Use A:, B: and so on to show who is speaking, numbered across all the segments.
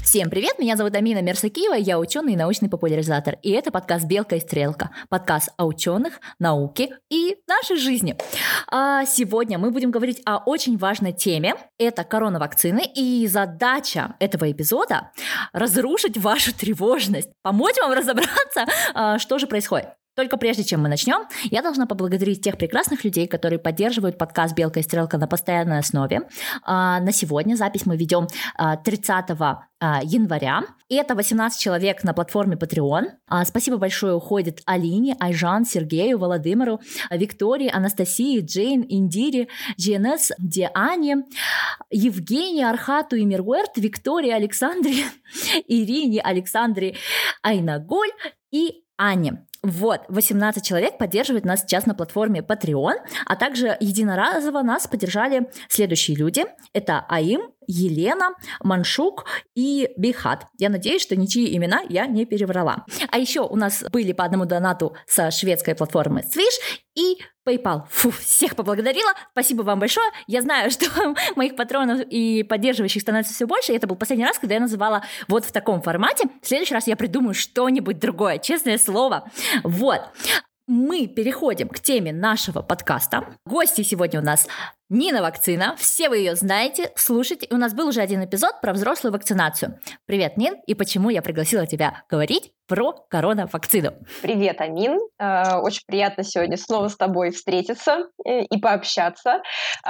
A: Всем привет, меня зовут Амина Мерсакиева, я ученый и научный популяризатор, и это подкаст «Белка и стрелка», подкаст о ученых, науке и нашей жизни. Сегодня мы будем говорить о очень важной теме, это коронавакцины, и задача этого эпизода – разрушить вашу тревожность, помочь вам разобраться, что же происходит. Только прежде чем мы начнем, я должна поблагодарить тех прекрасных людей, которые поддерживают подкаст «Белка и стрелка» на постоянной основе. На сегодня запись мы ведем 30 января. И это 18 человек на платформе Patreon. Спасибо большое уходит Алине, Айжан, Сергею, Владимиру, Виктории, Анастасии, Джейн, Индире, GNS, Диане, Евгении, Архату и Мирверт, Виктории, Александре, Ирине, Александре, Айнаголь и Ане. Вот, 18 человек поддерживает нас сейчас на платформе Patreon, а также единоразово нас поддержали следующие люди. Это Аим, Елена, Маншук и Бихат. Я надеюсь, что ничьи имена я не переврала. А еще у нас были по одному донату со шведской платформы Swish и PayPal. Всех поблагодарила. Спасибо вам большое. Я знаю, что моих патронов и поддерживающих становится все больше. И это был последний раз, когда я называла вот в таком формате. В следующий раз я придумаю что-нибудь другое. Честное слово. Вот. Мы переходим к теме нашего подкаста. Гости сегодня у нас Нина Вакцина. Все вы ее знаете, слушайте. У нас был уже один эпизод про взрослую вакцинацию. Привет, Нин, и почему я пригласила тебя говорить про коронавакцину.
B: Привет, Амин. Очень приятно сегодня снова с тобой встретиться и пообщаться.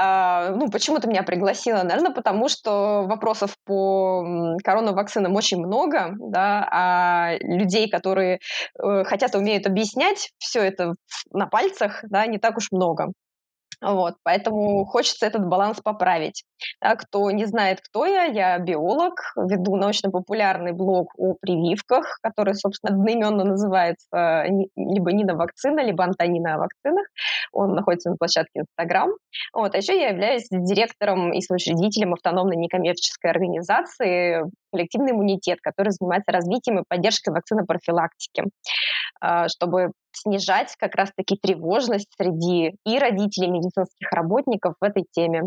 B: Почему ты меня пригласила? Наверное, потому что вопросов по коронавакцинам очень много, да, а людей, которые хотят и умеют объяснять все это на пальцах, да, не так уж много. Вот, поэтому хочется этот баланс поправить. Кто не знает, кто я биолог, веду научно-популярный блог о прививках, который, собственно, одноименно называется либо Нина Вакцина, либо Антонина о вакцинах. Он находится на площадке Instagram. Вот, а еще я являюсь директором и соучредителем автономной некоммерческой организации «Коллективный иммунитет», который занимается развитием и поддержкой вакцинопрофилактики, чтобы снижать как раз-таки тревожность среди и родителей, и медицинских работников в этой теме.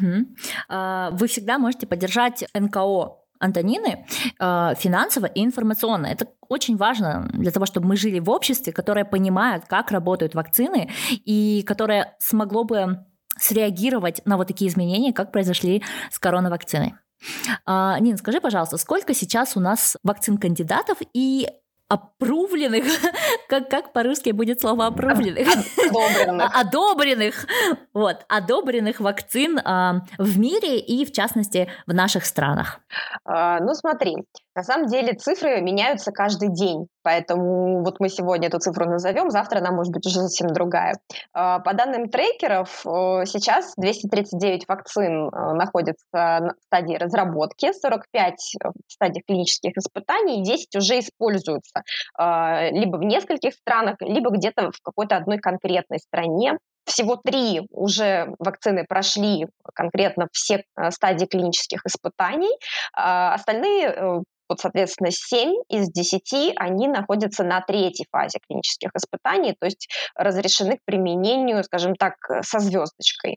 A: Вы всегда можете поддержать НКО Антонины финансово и информационно. Это очень важно для того, чтобы мы жили в обществе, которое понимает, как работают вакцины, и которое смогло бы среагировать на вот такие изменения, как произошли с коронавакциной. Нин, скажи, пожалуйста, сколько сейчас у нас вакцин-кандидатов и опрувленных, как по-русски будет слово опрувленных? Одобренных вакцин в мире и, в частности, в наших странах.
B: Смотри, на самом деле цифры меняются каждый день, поэтому вот мы сегодня эту цифру назовем, завтра она может быть уже совсем другая. По данным трекеров, сейчас 239 вакцин находятся в стадии разработки, 45 в стадии клинических испытаний, 10 уже используются либо в нескольких странах, либо где-то в какой-то одной конкретной стране. Всего 3 уже вакцины прошли конкретно все стадии клинических испытаний, остальные, соответственно, 7 из 10, они находятся на 3-й фазе клинических испытаний, то есть разрешены к применению, скажем так, со звездочкой.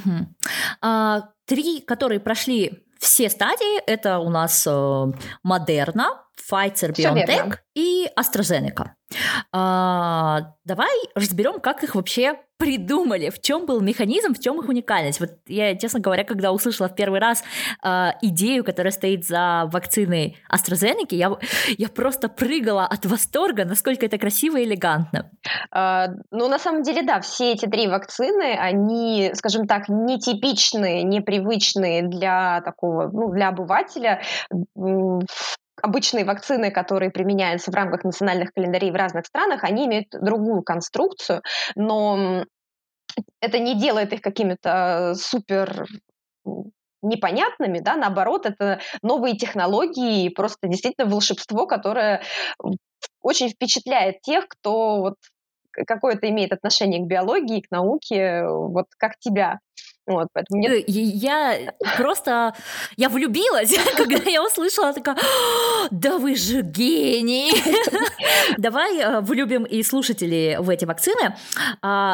A: 3, которые прошли все стадии, это у нас Moderna, Pfizer, BioNTech и AstraZeneca. Давай разберем, как их вообще придумали, в чем был механизм, в чем их уникальность. Вот я, честно говоря, когда услышала в первый раз идею, которая стоит за вакциной AstraZeneca, я просто прыгала от восторга, насколько это красиво и элегантно.
B: На самом деле, да, все эти 3 вакцины, они, скажем так, нетипичные, непривычные для такого, для обывателя. Обычные вакцины, которые применяются в рамках национальных календарей в разных странах, они имеют другую конструкцию, но это не делает их какими-то супер непонятными, да, наоборот, это новые технологии и просто действительно волшебство, которое очень впечатляет тех, кто какое-то имеет отношение к биологии, к науке, как тебя.
A: Поэтому я влюбилась, когда я услышала, такая: да вы же гений! Давай влюбим и слушателей в эти вакцины.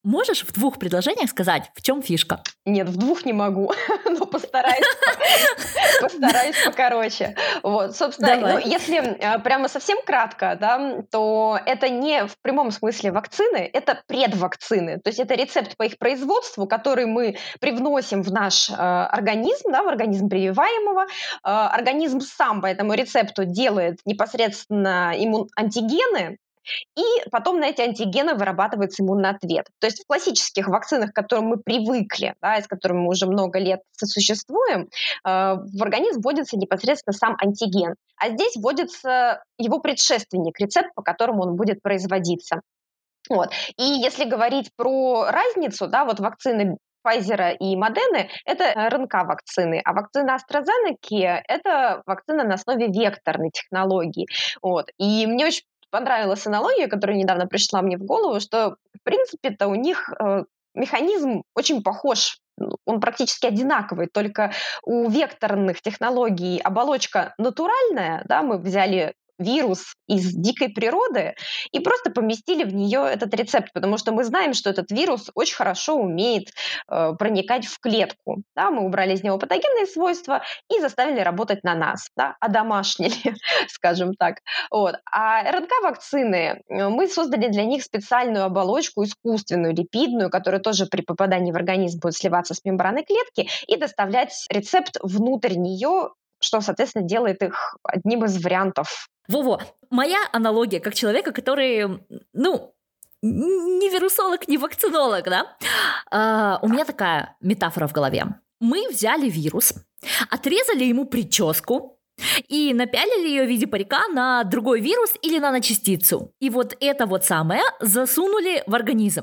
A: можешь в 2 предложениях сказать, в чем фишка?
B: Нет, в 2 не могу, но постараюсь покороче. Вот, собственно,
A: Давай.
B: если прямо совсем кратко, да, то это не в прямом смысле вакцины, это предвакцины. То есть это рецепт по их производству, который мы привносим в наш организм, да, в организм прививаемого. Организм сам по этому рецепту делает непосредственно антигены, и потом на эти антигены вырабатывается иммунный ответ. То есть в классических вакцинах, к которым мы привыкли, да, и с которыми мы уже много лет сосуществуем, в организм вводится непосредственно сам антиген. А здесь вводится его предшественник, рецепт, по которому он будет производиться. Вот. И если говорить про разницу, да, вот вакцины Pfizer и Moderna — это РНК-вакцины, а вакцина AstraZeneca — это вакцина на основе векторной технологии. Вот. И мне очень понравилась аналогия, которая недавно пришла мне в голову, что, в принципе-то, у них механизм очень похож, он практически одинаковый, только у векторных технологий оболочка натуральная, да, мы взяли вирус из дикой природы и просто поместили в нее этот рецепт, потому что мы знаем, что этот вирус очень хорошо умеет проникать в клетку. Да? Мы убрали из него патогенные свойства и заставили работать на нас, да? Одомашнили, скажем так. Вот. А РНК-вакцины, мы создали для них специальную оболочку, искусственную, липидную, которая тоже при попадании в организм будет сливаться с мембраной клетки и доставлять рецепт внутрь нее, что, соответственно, делает их одним из вариантов.
A: Во-во, моя аналогия как человека, который, не вирусолог, не вакцинолог, да? У меня такая метафора в голове. Мы взяли вирус, отрезали ему прическу и напялили ее в виде парика на другой вирус или наночастицу. И вот это вот самое засунули в организм.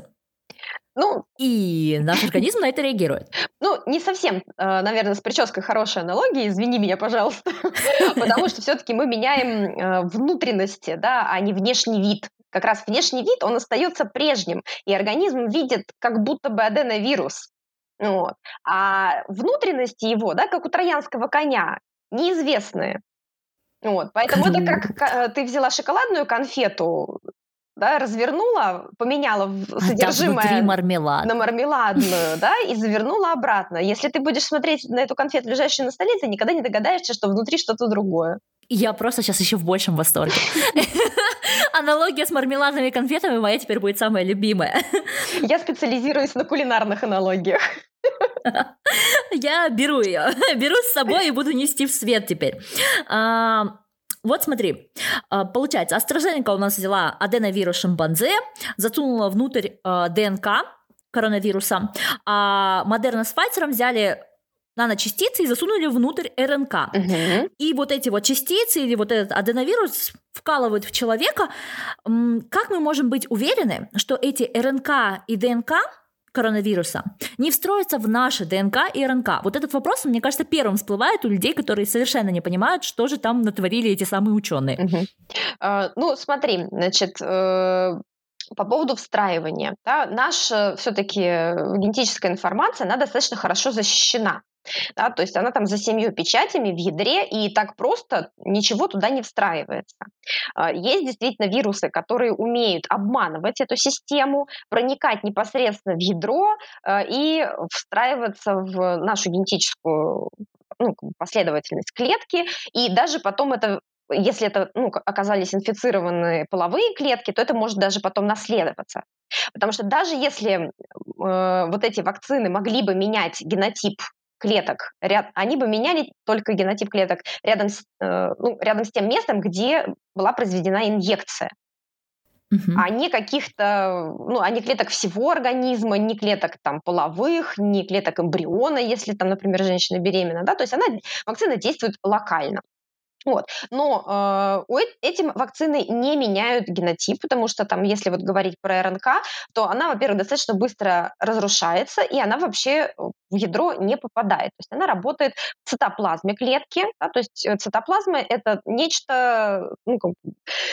A: И наш организм на это реагирует.
B: Не совсем, наверное, с прической хорошая аналогия, извини меня, пожалуйста, потому что все-таки мы меняем внутренности, да, а не внешний вид. Как раз внешний вид, он остается прежним, и организм видит как будто бы аденовирус. Вот. А внутренности его, да, как у троянского коня, неизвестные. Вот. Поэтому это как ты взяла шоколадную конфету, да, развернула, поменяла содержимое на мармеладную, да, и завернула обратно. Если ты будешь смотреть на эту конфету, лежащую на столе, ты никогда не догадаешься, что внутри что-то другое.
A: Я просто сейчас еще в большем восторге. Аналогия с мармеладными конфетами моя теперь будет самая любимая.
B: Я специализируюсь на кулинарных аналогиях.
A: Я беру ее, беру с собой и буду нести в свет теперь. Вот смотри, получается, AstraZeneca у нас взяла аденовирус шимпанзе, засунула внутрь ДНК коронавируса, а Moderna с Pfizer взяли наночастицы и засунули внутрь РНК. И вот эти вот частицы или вот этот аденовирус вкалывают в человека. Как мы можем быть уверены, что эти РНК и ДНК коронавируса не встроится в наши ДНК и РНК? Вот этот вопрос, мне кажется, первым всплывает у людей, которые совершенно не понимают, что же там натворили эти самые ученые.
B: Смотри, значит, по поводу встраивания. Да, наша все-таки генетическая информация, она достаточно хорошо защищена. Да, то есть она там за 7 печатями в ядре, и так просто ничего туда не встраивается. Есть действительно вирусы, которые умеют обманывать эту систему, проникать непосредственно в ядро и встраиваться в нашу генетическую последовательность клетки, и даже потом это, если это оказались инфицированные половые клетки, то это может даже потом наследоваться. Потому что даже если вот эти вакцины могли бы менять генотип клеток, они бы меняли только генотип клеток рядом с тем местом, где была произведена инъекция. А не каких-то, а не клеток всего организма, не клеток там половых, не клеток эмбриона, если там, например, женщина беременна, да, то есть вакцина действует локально. Вот. Но эти вакцины не меняют генотип, потому что там, если вот говорить про РНК, то она, во-первых, достаточно быстро разрушается, и она вообще в ядро не попадает. То есть она работает в цитоплазме клетки. Да, то есть цитоплазма — это нечто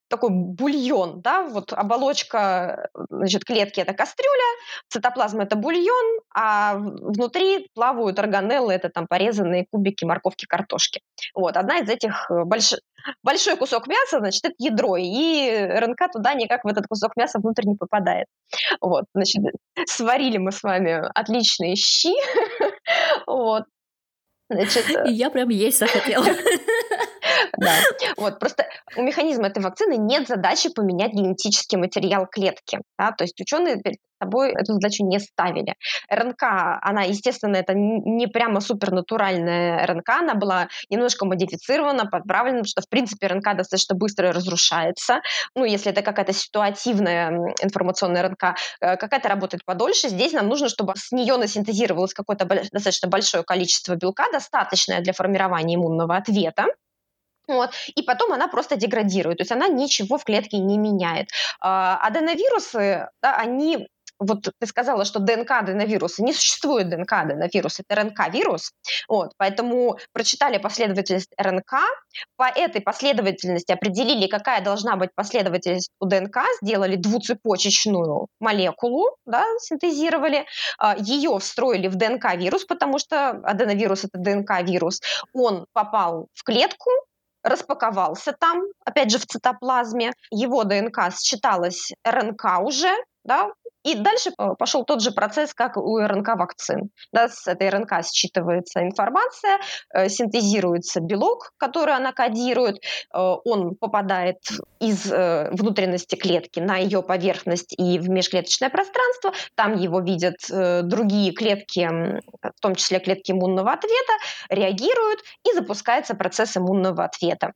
B: такой бульон, да, вот оболочка, значит, клетки – это кастрюля, цитоплазма – это бульон, а внутри плавают органеллы – это там порезанные кубики морковки, картошки. Вот, одна из этих большой кусок мяса, значит, это ядро, и РНК туда никак в этот кусок мяса внутрь не попадает. Вот, значит, сварили мы с вами отличные щи, вот, значит…
A: И я прям есть захотела.
B: Да, вот, просто у механизма этой вакцины нет задачи поменять генетический материал клетки, да, то есть ученые перед собой эту задачу не ставили. РНК, она, естественно, это не прямо супернатуральная РНК, она была немножко модифицирована, подправлена, потому что, в принципе, РНК достаточно быстро разрушается, ну, если это какая-то ситуативная информационная РНК, какая-то работает подольше, здесь нам нужно, чтобы с нее насинтезировалось какое-то достаточно большое количество белка, достаточное для формирования иммунного ответа. Вот. И потом она просто деградирует, то есть она ничего в клетке не меняет. Аденовирусы, да, они, вот ты сказала, что ДНК аденовируса, не существует ДНК аденовирус, это РНК-вирус, вот, поэтому прочитали последовательность РНК, по этой последовательности определили, какая должна быть последовательность у ДНК, сделали двуцепочечную молекулу, да, синтезировали, ее встроили в ДНК-вирус, потому что аденовирус – это ДНК-вирус, он попал в клетку, распаковался там, опять же, в цитоплазме, его ДНК считалась РНК уже, да, и дальше пошел тот же процесс, как у РНК-вакцин. Да, с этой РНК считывается информация, синтезируется белок, который она кодирует, он попадает из внутренности клетки на ее поверхность и в межклеточное пространство, там его видят другие клетки, в том числе клетки иммунного ответа, реагируют, и запускается процесс иммунного ответа.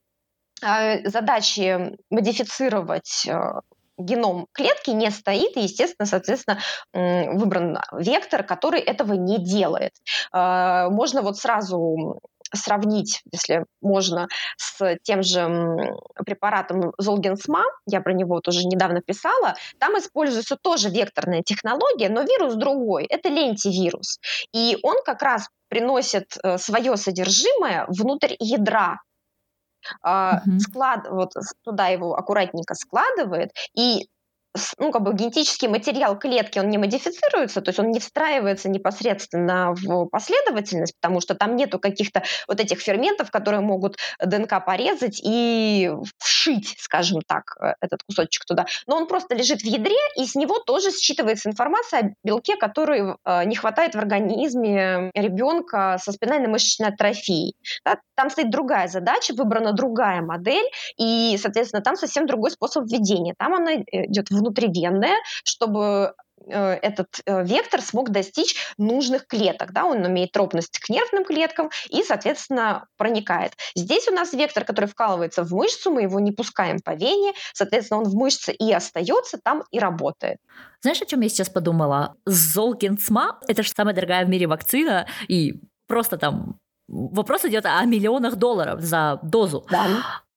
B: Задачи модифицировать геном клетки не стоит, и, естественно, соответственно, выбран вектор, который этого не делает. Можно вот сразу сравнить, если можно, с тем же препаратом Золгенсма, я про него тоже недавно писала, там используется тоже векторная технология, но вирус другой, это лентивирус, и он как раз приносит свое содержимое внутрь ядра, вот туда его аккуратненько складывает, и ну, как бы генетический материал клетки, он не модифицируется, то есть он не встраивается непосредственно в последовательность, потому что там нету каких-то вот этих ферментов, которые могут ДНК порезать и вшить, скажем так, этот кусочек туда. Но он просто лежит в ядре, и с него тоже считывается информация о белке, который не хватает в организме ребенка со спинальной мышечной атрофией. Да? Там стоит другая задача, выбрана другая модель, и, соответственно, там совсем другой способ введения. Там она идет внутривенная, чтобы этот вектор смог достичь нужных клеток. Да? Он имеет тропность к нервным клеткам и, соответственно, проникает. Здесь у нас вектор, который вкалывается в мышцу, мы его не пускаем по вене, соответственно, он в мышце и остается, там и работает.
A: Знаешь, о чем я сейчас подумала? Золгенсма – это же самая дорогая в мире вакцина, и просто там вопрос идет о миллионах долларов за дозу.
B: Да.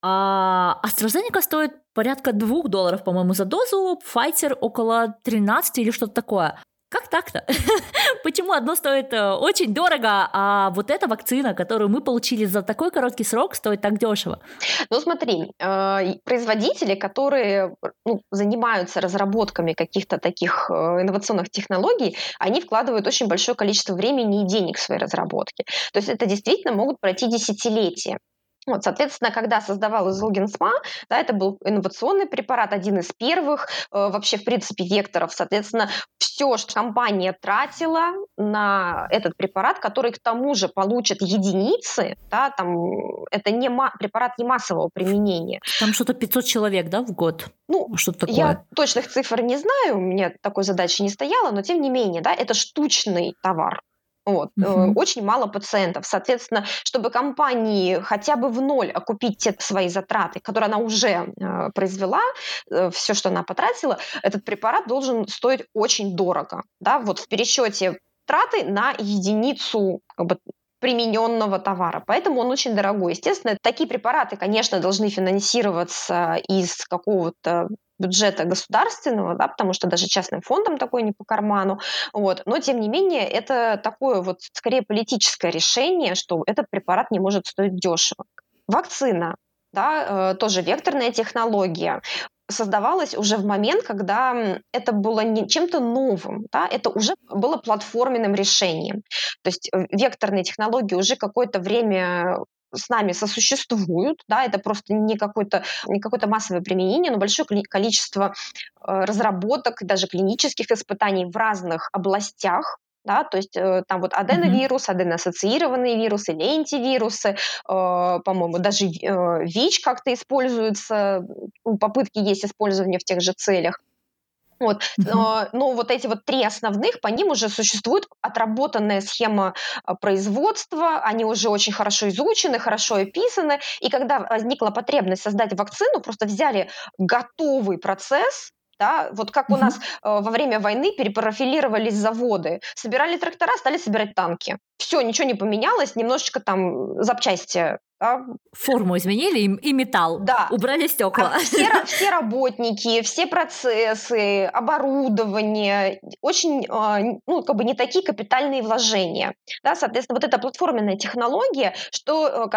A: А AstraZeneca стоит порядка $2, по-моему, за дозу, Pfizer около 13 или что-то такое. Как так-то? Почему одно стоит очень дорого, а вот эта вакцина, которую мы получили за такой короткий срок, стоит так дешево?
B: Ну смотри, производители, которые занимаются разработками каких-то таких инновационных технологий, они вкладывают очень большое количество времени и денег в свои разработки. То есть это действительно могут пройти десятилетия. Вот, соответственно, когда создавалась Золгенсма, да, это был инновационный препарат, один из первых вообще, в принципе, векторов. Соответственно, все, что компания тратила на этот препарат, который к тому же получат единицы, да, там, это препарат не массового применения.
A: Там что-то 500 человек, да, в год?
B: Ну,
A: что-то такое.
B: Я точных цифр не знаю, у меня такой задачи не стояло, но тем не менее, да, это штучный товар. Вот. Очень мало пациентов. Соответственно, чтобы компании хотя бы в ноль окупить те свои затраты, которые она уже произвела, все, что она потратила, этот препарат должен стоить очень дорого. Да? Вот в пересчете траты на единицу примененного товара. Поэтому он очень дорогой. Естественно, такие препараты, конечно, должны финансироваться из какого-то бюджета государственного, да, потому что даже частным фондам такое не по карману. Вот. Но, тем не менее, это такое вот скорее политическое решение, что этот препарат не может стоить дешево. Вакцина да, тоже векторная технология, создавалась уже в момент, когда это было не чем-то новым, да, это уже было платформенным решением. То есть векторные технологии уже какое-то время с нами сосуществуют, да, это просто не какое-то массовое применение, но большое количество разработок, даже клинических испытаний в разных областях, да, то есть там вот аденовирус, аденоассоциированные вирусы, лентивирусы, по-моему, даже ВИЧ как-то используется, попытки есть использования в тех же целях. Вот. Но вот эти вот 3 основных, по ним уже существует отработанная схема производства, они уже очень хорошо изучены, хорошо описаны. И когда возникла потребность создать вакцину, просто взяли готовый процесс, да, вот как у нас во время войны перепрофилировались заводы, собирали трактора, стали собирать танки. Все, ничего не поменялось, немножечко там запчасти, да.
A: Форму изменили и металл,
B: Да.
A: убрали стекла.
B: Все работники, все процессы, оборудование, очень, ну, как бы не такие капитальные вложения. Да, соответственно, вот эта платформенная технология, что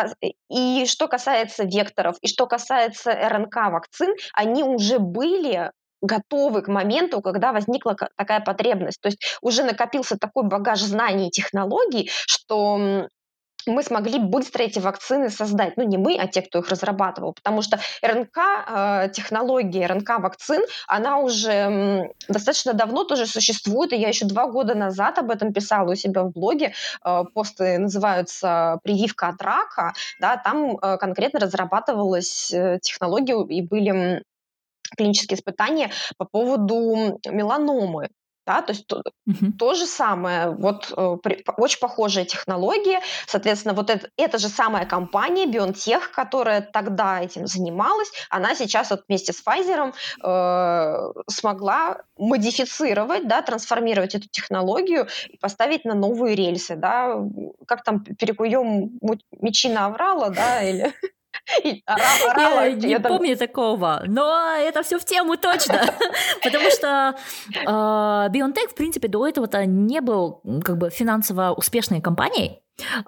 B: касается векторов, и что касается РНК-вакцин, они уже были готовы к моменту, когда возникла такая потребность. То есть уже накопился такой багаж знаний и технологий, что мы смогли быстро эти вакцины создать. Ну, не мы, а те, кто их разрабатывал. Потому что технология РНК-вакцин, она уже достаточно давно тоже существует. И я еще 2 года назад об этом писала у себя в блоге. Посты называются «Прививка от рака». Да, там конкретно разрабатывалась технология и были клинические испытания по поводу меланомы. Да, то есть то же самое, вот очень похожая технология. Соответственно, вот эта же самая компания BioNTech, которая тогда этим занималась, она сейчас вот вместе с Pfizer смогла модифицировать, да, трансформировать эту технологию и поставить на новые рельсы. Да. Как там перекуем мечи на Аврала, да, или...
A: Я не помню такого, но это все в тему точно, потому что BioNTech, в принципе, до этого-то не был как бы финансово успешной компанией.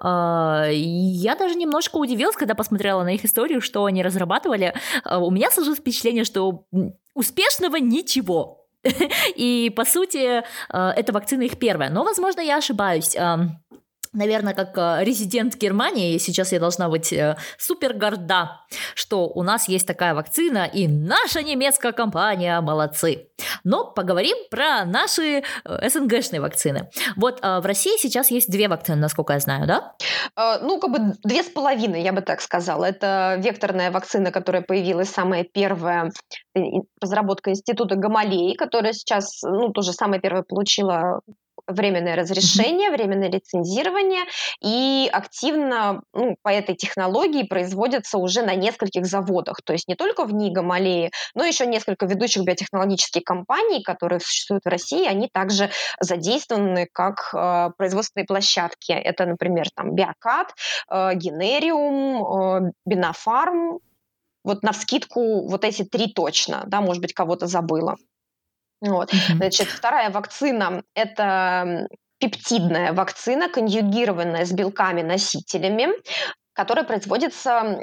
A: Я даже немножко удивилась, когда посмотрела на их историю, что они разрабатывали. У меня сложилось впечатление, что успешного ничего. И, по сути, эта вакцина их первая. Но, возможно, я ошибаюсь. Наверное, как резидент Германии, сейчас я должна быть супер горда, что у нас есть такая вакцина, и наша немецкая компания молодцы. Но поговорим про наши СНГшные вакцины. Вот в России сейчас есть 2 вакцины, насколько я знаю, да?
B: Ну, как бы 2,5, я бы так сказала. Это векторная вакцина, которая появилась, самая первая разработка Института Гамалеи, которая сейчас, ну, тоже самая первая получила временное разрешение, временное лицензирование, и активно по этой технологии производятся уже на нескольких заводах. То есть не только в НИИ Гамалеи, но еще несколько ведущих биотехнологических компаний, которые существуют в России, они также задействованы как производственные площадки. Это, например, там Биокат, Генериум, Бинофарм. Вот навскидку вот эти 3 точно, да, может быть, кого-то забыла. Вот. Значит, вторая вакцина – это пептидная вакцина, конъюгированная с белками-носителями, которая производится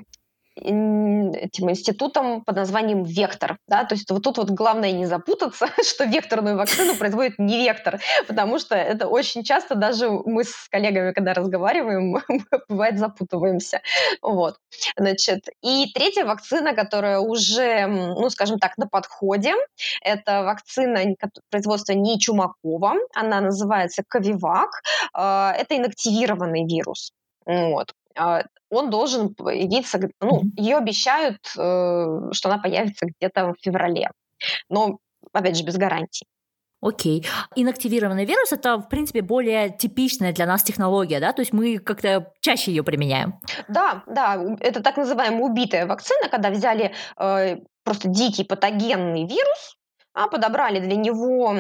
B: этим институтом под названием «Вектор». Да? То есть вот тут вот главное не запутаться, что векторную вакцину производит не «Вектор», потому что это очень часто даже мы с коллегами, когда разговариваем, бывает запутываемся. Вот. Значит, и третья вакцина, которая уже, ну, скажем так, на подходе, это вакцина производства не Чумакова, она называется Ковивак, это инактивированный вирус. Вот. Он должен появиться, ну, ее обещают, что она появится где-то в феврале, но, опять же, без гарантий.
A: Окей. Инактивированный вирус – это, в принципе, более типичная для нас технология, да? То есть мы как-то чаще ее применяем.
B: Да, это так называемая убитая вакцина, когда взяли просто дикий патогенный вирус, подобрали для него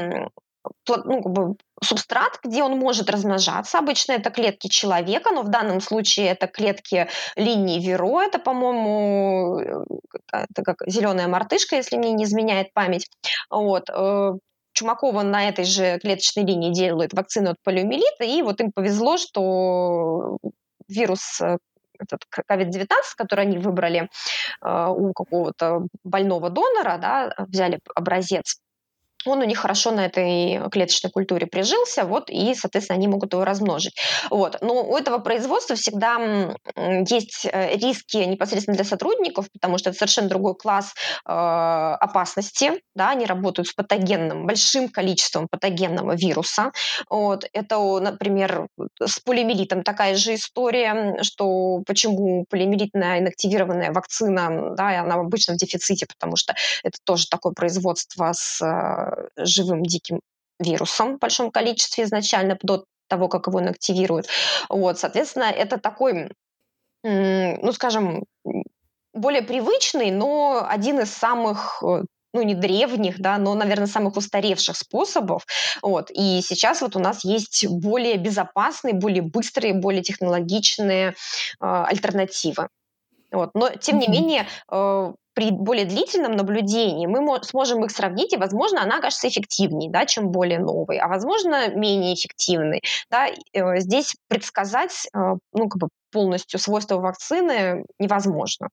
B: субстрат, где он может размножаться. Обычно это клетки человека, но в данном случае это клетки линии Веро. Это, по-моему, это как зеленая мартышка, если мне не изменяет память. Вот. Чумакова на этой же клеточной линии делает вакцину от полиомиелита, и вот им повезло, что вирус этот COVID-19, который они выбрали у какого-то больного донора, да, взяли образец, он у них хорошо на этой клеточной культуре прижился, вот, и, соответственно, они могут его размножить. Вот. Но у этого производства всегда есть риски непосредственно для сотрудников, потому что это совершенно другой класс опасности, да, они работают с патогенным, большим количеством патогенного вируса. Вот. Это, например, с полиомиелитом такая же история, что почему полиомиелитная инактивированная вакцина, да, она обычно в дефиците, потому что это тоже такое производство с живым диким вирусом в большом количестве изначально до того, как его инактивируют. Вот, соответственно, это такой, ну, скажем, более привычный, но один из самых ну, не древних, да, но, наверное, самых устаревших способов. Вот. И сейчас вот у нас есть более безопасные, более быстрые, более технологичные альтернативы. Вот. Но, тем не менее, при более длительном наблюдении мы сможем их сравнить, и, возможно, она окажется эффективнее, да, чем более новый, а, возможно, менее эффективный. Да. Здесь предсказать ну, как бы полностью свойства вакцины невозможно.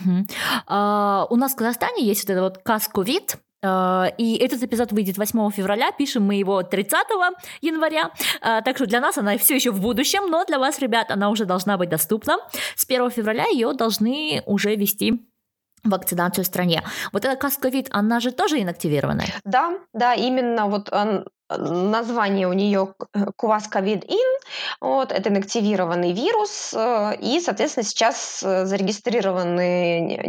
A: У нас в Казахстане есть вот этот вот КАС-ковид, и этот эпизод выйдет 8 февраля, пишем мы его 30 января, так что для нас она все еще в будущем, но для вас, ребят, она уже должна быть доступна. С 1 февраля ее должны уже вести вакцинацию в стране. Вот эта КАС-ковид, она же тоже инактивированная?
B: Да, именно вот название у нее Квас-ковид-ин, вот, это инактивированный вирус, и, соответственно, сейчас зарегистрированы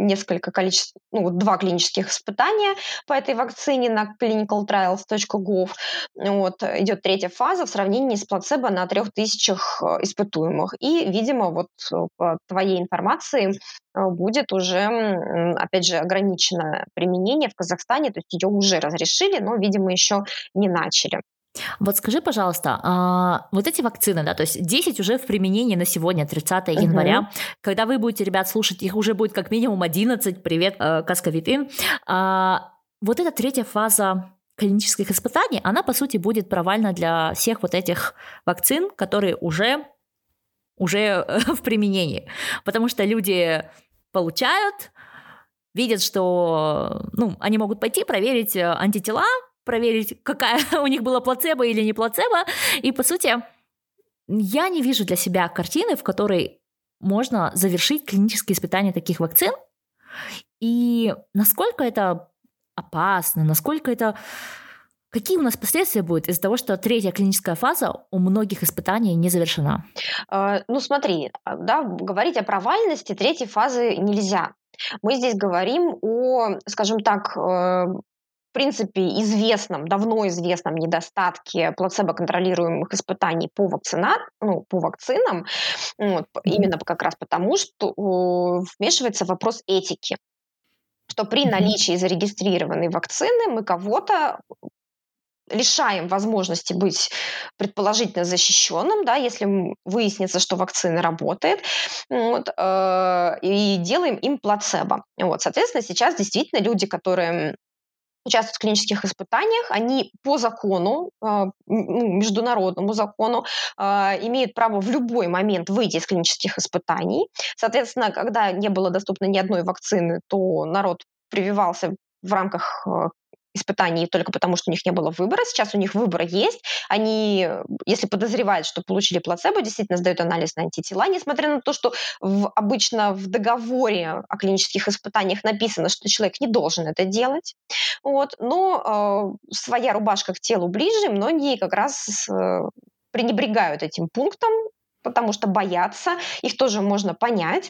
B: два клинических испытания по этой вакцине на clinicaltrials.gov. Вот, идет 3-я фаза в сравнении с плацебо на 3000 испытуемых. И, видимо, вот по твоей информации будет уже, опять же, ограниченное применение в Казахстане, то есть ее уже разрешили, но, видимо, еще не начали.
A: Вот скажи, пожалуйста, вот эти вакцины, да, то есть 10 уже в применении на сегодня, 30 января, когда вы будете, ребят, слушать, их уже будет как минимум 11, привет, КАС-ковид-ин. Вот эта 3-я фаза клинических испытаний, она, по сути, будет провальна для всех вот этих вакцин, которые уже в применении, потому что люди получают, видят, что они могут пойти проверить антитела, проверить, какая у них была плацебо или не плацебо, и, по сути, я не вижу для себя картины, в которой можно завершить клинические испытания таких вакцин, и насколько это опасно, какие у нас последствия будут из-за того, что 3-я клиническая фаза у многих испытаний не завершена?
B: Ну, смотри, да, говорить о провальности 3-й фазы нельзя. Мы здесь говорим о, скажем так, в принципе, давно известном недостатке плацебо-контролируемых испытаний по вакцинам, вот, именно как раз потому, что вмешивается вопрос этики, что при наличии зарегистрированной вакцины мы кого-то лишаем возможности быть предположительно защищенным, да, если выяснится, что вакцина работает, вот, и делаем им плацебо. Вот, соответственно, сейчас действительно люди, которые участвуют в клинических испытаниях, они по закону, международному закону, имеют право в любой момент выйти из клинических испытаний. Соответственно, когда не было доступно ни одной вакцины, то народ прививался в рамках испытаний только потому, что у них не было выбора. Сейчас у них выбор есть. Они, если подозревают, что получили плацебо, действительно сдают анализ на антитела, несмотря на то, что обычно в договоре о клинических испытаниях написано, что человек не должен это делать. Вот. Но своя рубашка к телу ближе, многие как раз пренебрегают этим пунктом, потому что боятся, их тоже можно понять.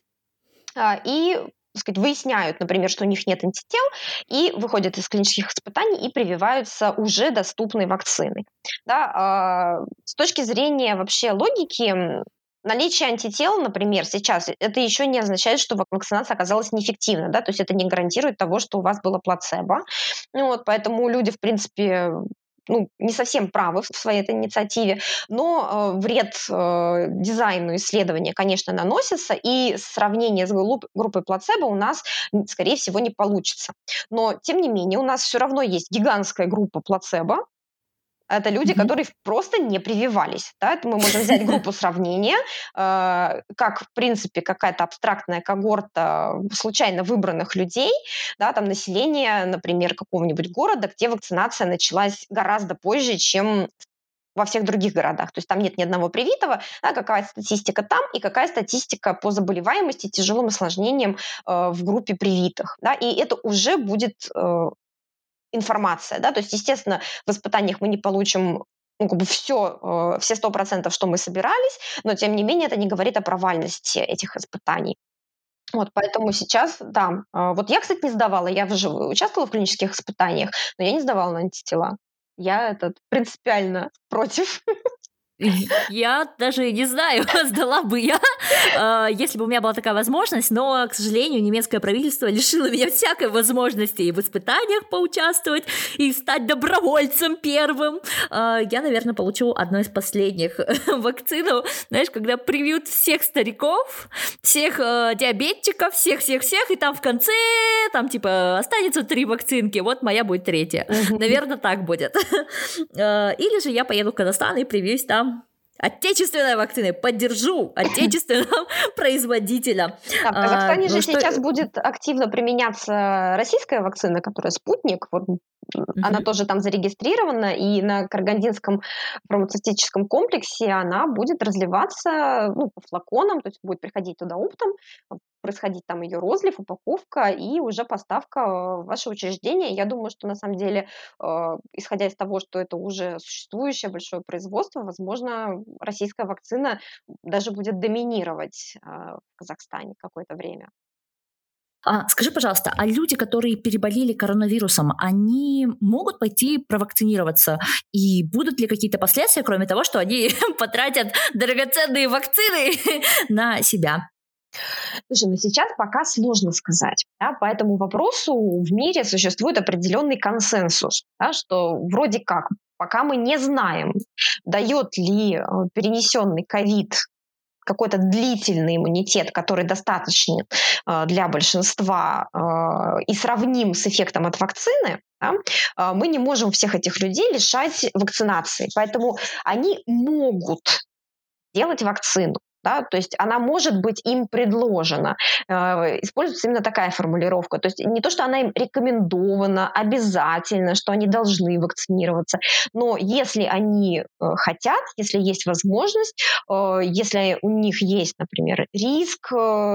B: И выясняют, например, что у них нет антител, и выходят из клинических испытаний и прививаются уже доступной вакциной. Да, с точки зрения вообще логики, наличие антител, например, сейчас, это еще не означает, что вакцинация оказалась неэффективной, да, то есть это не гарантирует того, что у вас было плацебо. Вот, поэтому люди, в принципе, не совсем правы в своей этой инициативе, но вред дизайну исследования, конечно, наносится, и сравнение с группой плацебо у нас, скорее всего, не получится. Но, тем не менее, у нас все равно есть гигантская группа плацебо, Это люди, которые просто не прививались. Да? Это мы можем взять группу сравнения, как, в принципе, какая-то абстрактная когорта случайно выбранных людей, да, там население, например, какого-нибудь города, где вакцинация началась гораздо позже, чем во всех других городах. То есть там нет ни одного привитого, да, какая статистика там и какая статистика по заболеваемости, тяжелым осложнениям в группе привитых. Да, и это уже будет информация. Да, то есть, естественно, в испытаниях мы не получим все 100%, что мы собирались, но, тем не менее, это не говорит о провальности этих испытаний. Вот, поэтому сейчас, да. Вот я, кстати, не сдавала. Я же участвовала в клинических испытаниях, но я не сдавала на антитела. Я принципиально против.
A: Я даже не знаю, сдала бы я, если бы у меня была такая возможность, но, к сожалению, немецкое правительство лишило меня всякой возможности и в испытаниях поучаствовать, и стать добровольцем первым. Я, наверное, получу одну из последних вакцину, знаешь, когда привьют всех стариков, всех диабетчиков, всех-всех-всех, и там в конце, там типа останется 3 вакцинки, вот моя будет 3. Наверное, так будет. Или же я поеду в Казахстан и привьюсь там отечественной вакцины, поддержу отечественного производителя.
B: Да, в Казахстане же сейчас будет активно применяться российская вакцина, которая «Спутник». Вот, она тоже там зарегистрирована, и на Карагандинском фармацевтическом комплексе она будет разливаться по флаконам, то есть будет приходить туда оптом, происходить там ее розлив, упаковка и уже поставка в ваше учреждение. Я думаю, что на самом деле, исходя из того, что это уже существующее большое производство, возможно, российская вакцина даже будет доминировать в Казахстане какое-то время.
A: Скажи, пожалуйста, а люди, которые переболели коронавирусом, они могут пойти провакцинироваться? И будут ли какие-то последствия, кроме того, что они потратят драгоценные вакцины на себя?
B: Слушай, сейчас пока сложно сказать. Да, по этому вопросу в мире существует определенный консенсус, да, что вроде как, пока мы не знаем, дает ли перенесенный ковид какой-то длительный иммунитет, который достаточен для большинства и сравним с эффектом от вакцины, да, мы не можем всех этих людей лишать вакцинации. Поэтому они могут делать вакцину. Да, то есть она может быть им предложена. Используется именно такая формулировка. То есть не то, что она им рекомендована, обязательно, что они должны вакцинироваться, но если они хотят, если есть возможность, если у них есть, например, риск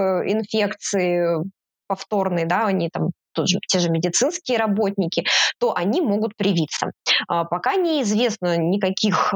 B: инфекции повторной, да, они там те же медицинские работники, то они могут привиться. Пока неизвестно никаких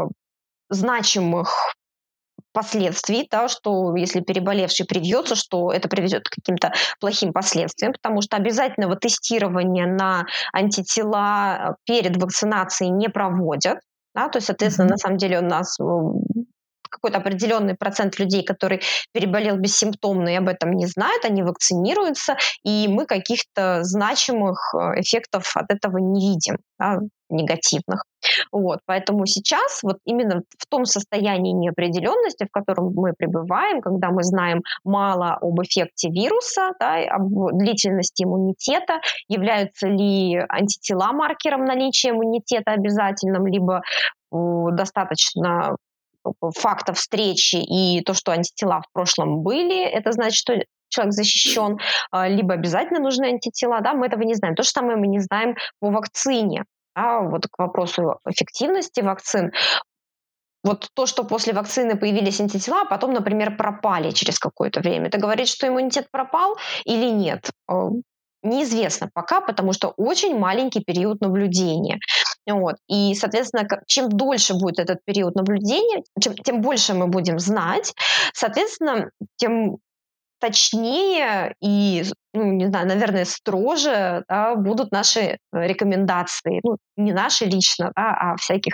B: значимых последствий, да, что если переболевший привьется, что это приведет к каким-то плохим последствиям, потому что обязательного тестирования на антитела перед вакцинацией не проводят. Да, то есть, соответственно, на самом деле у нас какой-то определенный процент людей, который переболел бессимптомно и об этом не знают, они вакцинируются, и мы каких-то значимых эффектов от этого не видим, да, негативных. Вот, поэтому сейчас вот именно в том состоянии неопределенности, в котором мы пребываем, когда мы знаем мало об эффекте вируса, да, об длительности иммунитета, являются ли антитела маркером наличия иммунитета обязательным, либо достаточно фактов встречи и то, что антитела в прошлом были, это значит, что человек защищен, либо обязательно нужны антитела, да, мы этого не знаем. То же самое мы не знаем по вакцине. Да, вот к вопросу эффективности вакцин. Вот то, что после вакцины появились антитела, а потом, например, пропали через какое-то время, это говорит, что иммунитет пропал или нет? Неизвестно пока, потому что очень маленький период наблюдения. Вот. И, соответственно, чем дольше будет этот период наблюдения, тем больше мы будем знать, соответственно, тем точнее и, не знаю, наверное, строже, да, будут наши рекомендации. Не наши лично, да, а всяких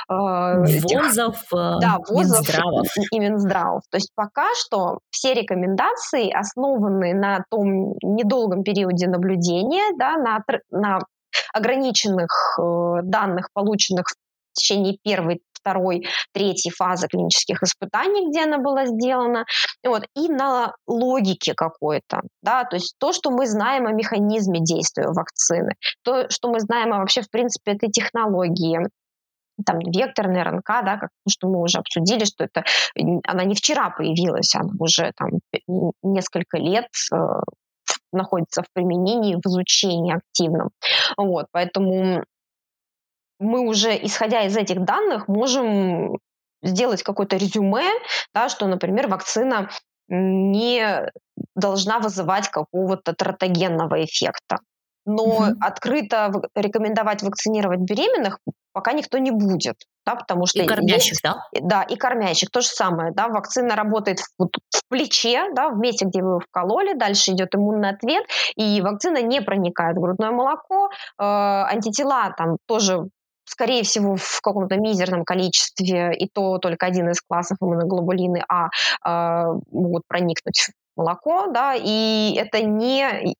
A: ВОЗов, Минздравов.
B: И Минздравов. То есть пока что все рекомендации основаны на том недолгом периоде наблюдения, да, на ограниченных данных, полученных в течение первой, второй, третьей фазы клинических испытаний, где она была сделана, вот, и на логике какой-то, да, то есть то, что мы знаем о механизме действия вакцины, то, что мы знаем вообще, в принципе, этой технологии, там векторная РНК, да, как, что мы уже обсудили, что она не вчера появилась, она уже там несколько лет находится в применении, в изучении активном. Вот, поэтому мы уже, исходя из этих данных, можем сделать какое-то резюме, да, что, например, вакцина не должна вызывать какого-то тератогенного эффекта. Но открыто рекомендовать вакцинировать беременных пока никто не будет, да, потому что
A: И кормящих,
B: есть,
A: да?
B: да, и кормящих то же самое, да, вакцина работает в плече, да, в месте, где вы его вкололи, дальше идет иммунный ответ, и вакцина не проникает в грудное молоко, антитела там тоже, скорее всего, в каком-то мизерном количестве, и то только один из классов иммуноглобулины могут проникнуть в молоко, да, и это не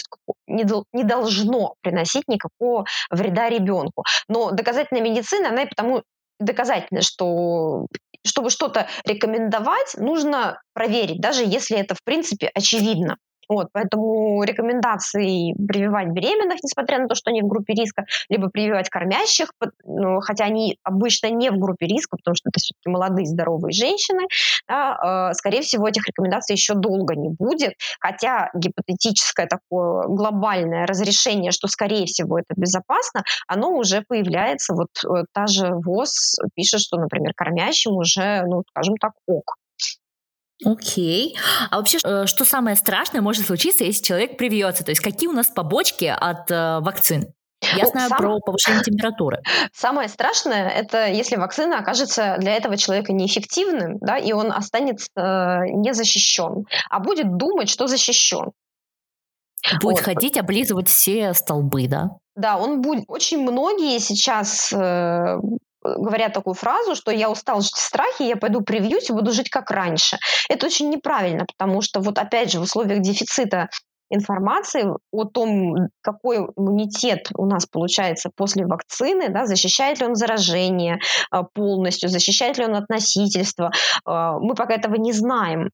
B: должно приносить никакого вреда ребенку. Но доказательная медицина, она и потому доказательна, что чтобы что-то рекомендовать, нужно проверить, даже если это, в принципе, очевидно. Вот, поэтому рекомендации прививать беременных, несмотря на то, что они в группе риска, либо прививать кормящих, хотя они обычно не в группе риска, потому что это все-таки молодые здоровые женщины, да, скорее всего, этих рекомендаций еще долго не будет, хотя гипотетическое такое глобальное разрешение, что, скорее всего, это безопасно, оно уже появляется. Вот та же ВОЗ пишет, что, например, кормящим уже, ну, скажем так, ок.
A: Окей. А вообще, что самое страшное может случиться, если человек привьется? То есть какие у нас побочки от вакцин? Я знаю про повышение температуры.
B: Самое страшное – это если вакцина окажется для этого человека неэффективным, да, и он останется незащищен, а будет думать, что защищен.
A: Будет ходить, облизывать все столбы, да?
B: Да, он будет. Очень многие сейчас говорят такую фразу, что я устал жить в страхе, я пойду привьюсь и буду жить как раньше. Это очень неправильно, потому что вот опять же в условиях дефицита информации о том, какой иммунитет у нас получается после вакцины, да, защищает ли он заражение полностью, защищает ли он от носительства, мы пока этого не знаем.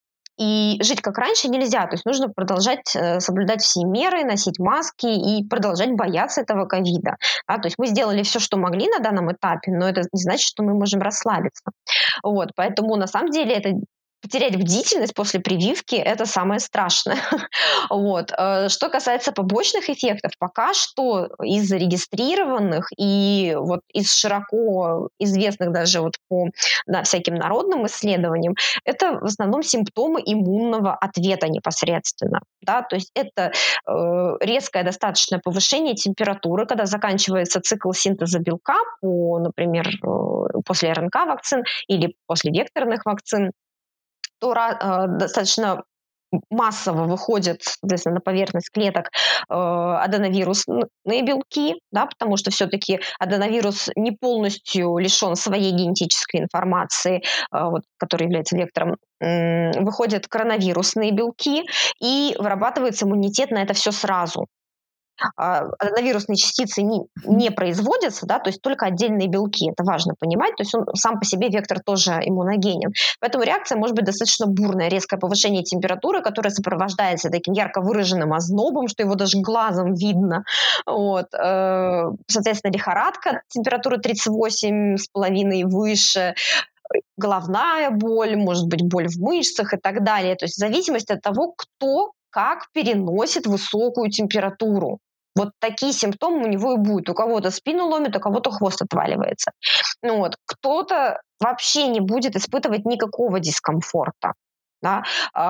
B: И жить как раньше нельзя, то есть нужно продолжать соблюдать все меры, носить маски и продолжать бояться этого ковида. Да? То есть мы сделали все, что могли на данном этапе, но это не значит, что мы можем расслабиться. Вот, поэтому на самом деле это потерять бдительность после прививки – это самое страшное. Вот. Что касается побочных эффектов, пока что из зарегистрированных и вот из широко известных даже вот по всяким народным исследованиям, это в основном симптомы иммунного ответа непосредственно. Да? То есть это резкое достаточное повышение температуры, когда заканчивается цикл синтеза белка, например, после РНК-вакцин или после векторных вакцин, то достаточно массово выходят, соответственно, на поверхность клеток аденовирусные белки, да, потому что все-таки аденовирус не полностью лишен своей генетической информации, который является вектором. Выходят коронавирусные белки, и вырабатывается иммунитет на это все сразу. Аденовирусные частицы не производятся, да, то есть только отдельные белки, это важно понимать, то есть он сам по себе вектор тоже иммуногенен. Поэтому реакция может быть достаточно бурная, резкое повышение температуры, которое сопровождается таким ярко выраженным ознобом, что его даже глазом видно. Вот. Соответственно, лихорадка, температура 38,5 и выше, головная боль, может быть, боль в мышцах и так далее. То есть в зависимости от того, кто как переносит высокую температуру. Вот такие симптомы у него и будут. У кого-то спину ломит, у кого-то хвост отваливается. Вот. Кто-то вообще не будет испытывать никакого дискомфорта. Да?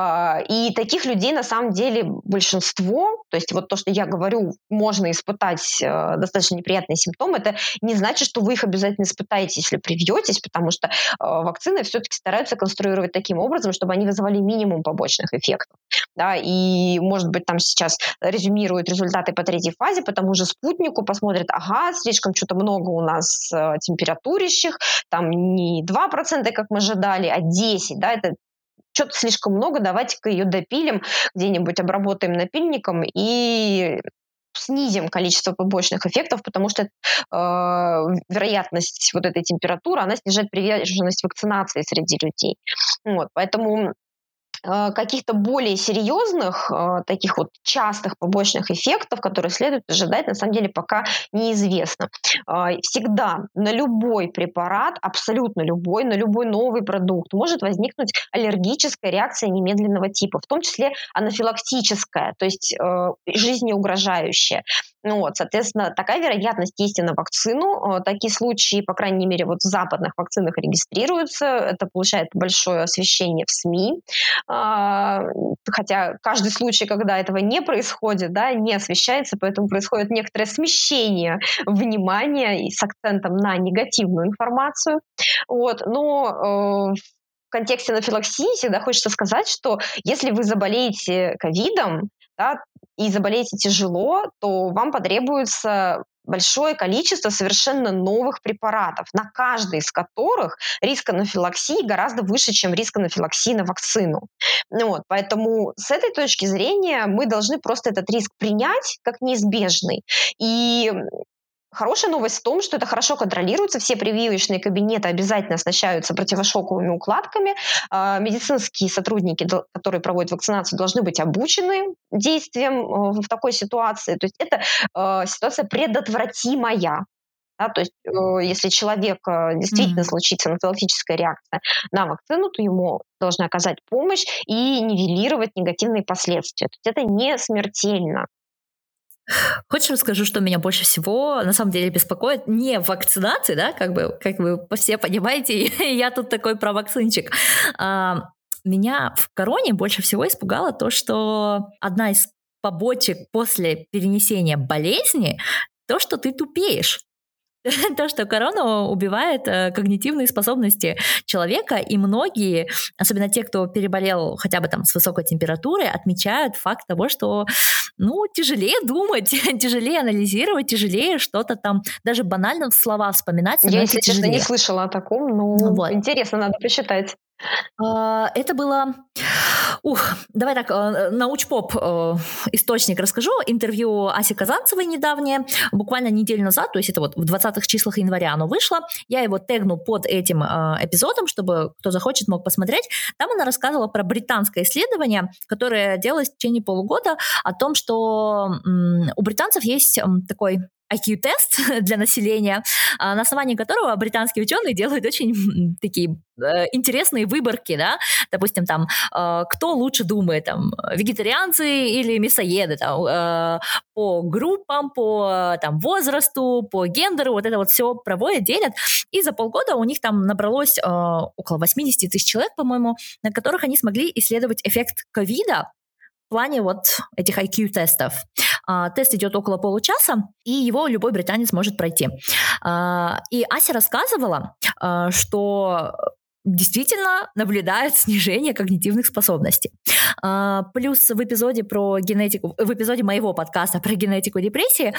B: И таких людей на самом деле большинство, то есть вот то, что я говорю, можно испытать достаточно неприятные симптомы, это не значит, что вы их обязательно испытаете, если привьетесь, потому что вакцины все-таки стараются конструировать таким образом, чтобы они вызывали минимум побочных эффектов. Да? И, может быть, там сейчас резюмируют результаты по третьей фазе, по тому же спутнику, посмотрят, ага, слишком что-то много у нас температурящих, там не 2%, как мы ожидали, а 10%, да, это что-то слишком много, давайте-ка ее допилим, где-нибудь обработаем напильником и снизим количество побочных эффектов, потому что вероятность вот этой температуры, она снижает приверженность вакцинации среди людей. Вот, поэтому каких-то более серьезных, таких вот частых побочных эффектов, которые следует ожидать, на самом деле пока неизвестно. Всегда на любой препарат, абсолютно любой, на любой новый продукт может возникнуть аллергическая реакция немедленного типа, в том числе анафилактическая, то есть жизнеугрожающая. Ну вот, соответственно, такая вероятность есть и на вакцину. Такие случаи, по крайней мере, вот в западных вакцинах регистрируются. Это получает большое освещение в СМИ. Хотя каждый случай, когда этого не происходит, да, не освещается, поэтому происходит некоторое смещение внимания и с акцентом на негативную информацию. Вот. Но в контексте анафилаксии всегда хочется сказать, что если вы заболеете ковидом, да, и заболеете тяжело, то вам потребуется большое количество совершенно новых препаратов, на каждый из которых риск анафилаксии гораздо выше, чем риск анафилаксии на вакцину. Вот, поэтому с этой точки зрения мы должны просто этот риск принять как неизбежный. И хорошая новость в том, что это хорошо контролируется. Все прививочные кабинеты обязательно оснащаются противошоковыми укладками. Медицинские сотрудники, которые проводят вакцинацию, должны быть обучены действиям в такой ситуации. То есть это ситуация предотвратимая. Да, то есть если человек действительно случится анафилактическая реакция на вакцину, то ему должны оказать помощь и нивелировать негативные последствия. То есть это не смертельно.
A: Хочешь, расскажу, что меня больше всего на самом деле беспокоит? Не вакцинации, да, как вы все понимаете, я тут такой провакцинчик. Меня в короне больше всего испугало то, что одна из побочек после перенесения болезни — то, что ты тупеешь. То, что корона убивает когнитивные способности человека, и многие, особенно те, кто переболел хотя бы там с высокой температурой, отмечают факт того, что тяжелее думать, тяжелее анализировать, тяжелее что-то там, даже банально слова вспоминать.
B: Я, если честно, не слышала о таком, но вот. Интересно, надо посчитать.
A: Это было... давай так, научпоп источник расскажу. Интервью Аси Казанцевой недавнее, буквально неделю назад, то есть это вот в 20-х числах января оно вышло. Я его тегну под этим эпизодом, чтобы кто захочет, мог посмотреть. Там она рассказывала про британское исследование, которое делалось в течение полугода, о том, что у британцев есть такой IQ-тест для населения, на основании которого британские ученые делают очень такие интересные выборки, да, допустим, там, кто лучше думает, там, вегетарианцы или мясоеды, там, по группам, по там, возрасту, по гендеру, вот это вот все проводят, делят, и за полгода у них там набралось около 80 тысяч человек, по-моему, на которых они смогли исследовать эффект ковида в плане вот этих IQ-тестов. Тест идет около получаса, и его любой британец может пройти. И Ася рассказывала, что действительно наблюдает снижение когнитивных способностей. Плюс в эпизоде про генетику, в эпизоде моего подкаста про генетику депрессии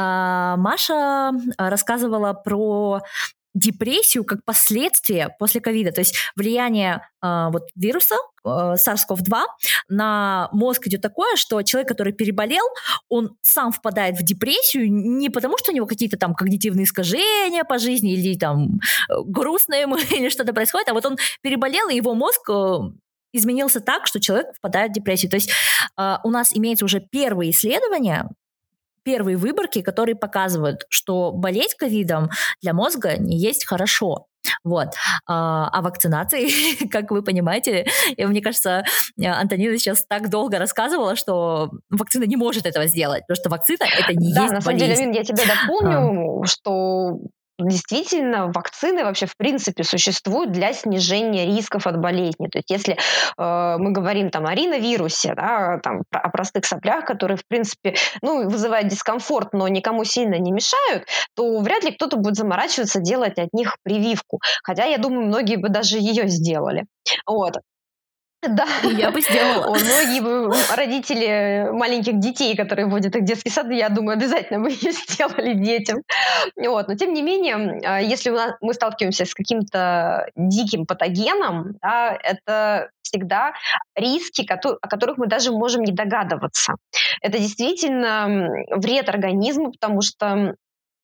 A: Маша рассказывала про депрессию как последствие после ковида, то есть влияние вот вируса SARS-CoV-2 на мозг идет такое, что человек, который переболел, он сам впадает в депрессию не потому, что у него какие-то там когнитивные искажения по жизни или там грустно ему или что-то происходит, а вот он переболел, и его мозг изменился так, что человек впадает в депрессию. То есть у нас имеются уже первые исследования, первые выборки, которые показывают, что болеть ковидом для мозга не есть хорошо. Вот. А вакцинации, как вы понимаете, мне кажется, Антонина сейчас так долго рассказывала, что вакцина не может этого сделать, потому что вакцина — это не есть болезнь. Да,
B: на самом деле, Вин, я тебя дополню, что действительно вакцины вообще в принципе существуют для снижения рисков от болезни. То есть если мы говорим там о риновирусе, да, там, о простых соплях, которые в принципе вызывают дискомфорт, но никому сильно не мешают, то вряд ли кто-то будет заморачиваться делать от них прививку. Хотя, я думаю, многие бы даже ее сделали. Вот. Да,
A: я бы сделала.
B: Многие родители маленьких детей, которые водят их в детский сад, я думаю, обязательно бы ее сделали детям. Вот. Но тем не менее, если мы сталкиваемся с каким-то диким патогеном, да, это всегда риски, о которых мы даже можем не догадываться. Это действительно вред организму, потому что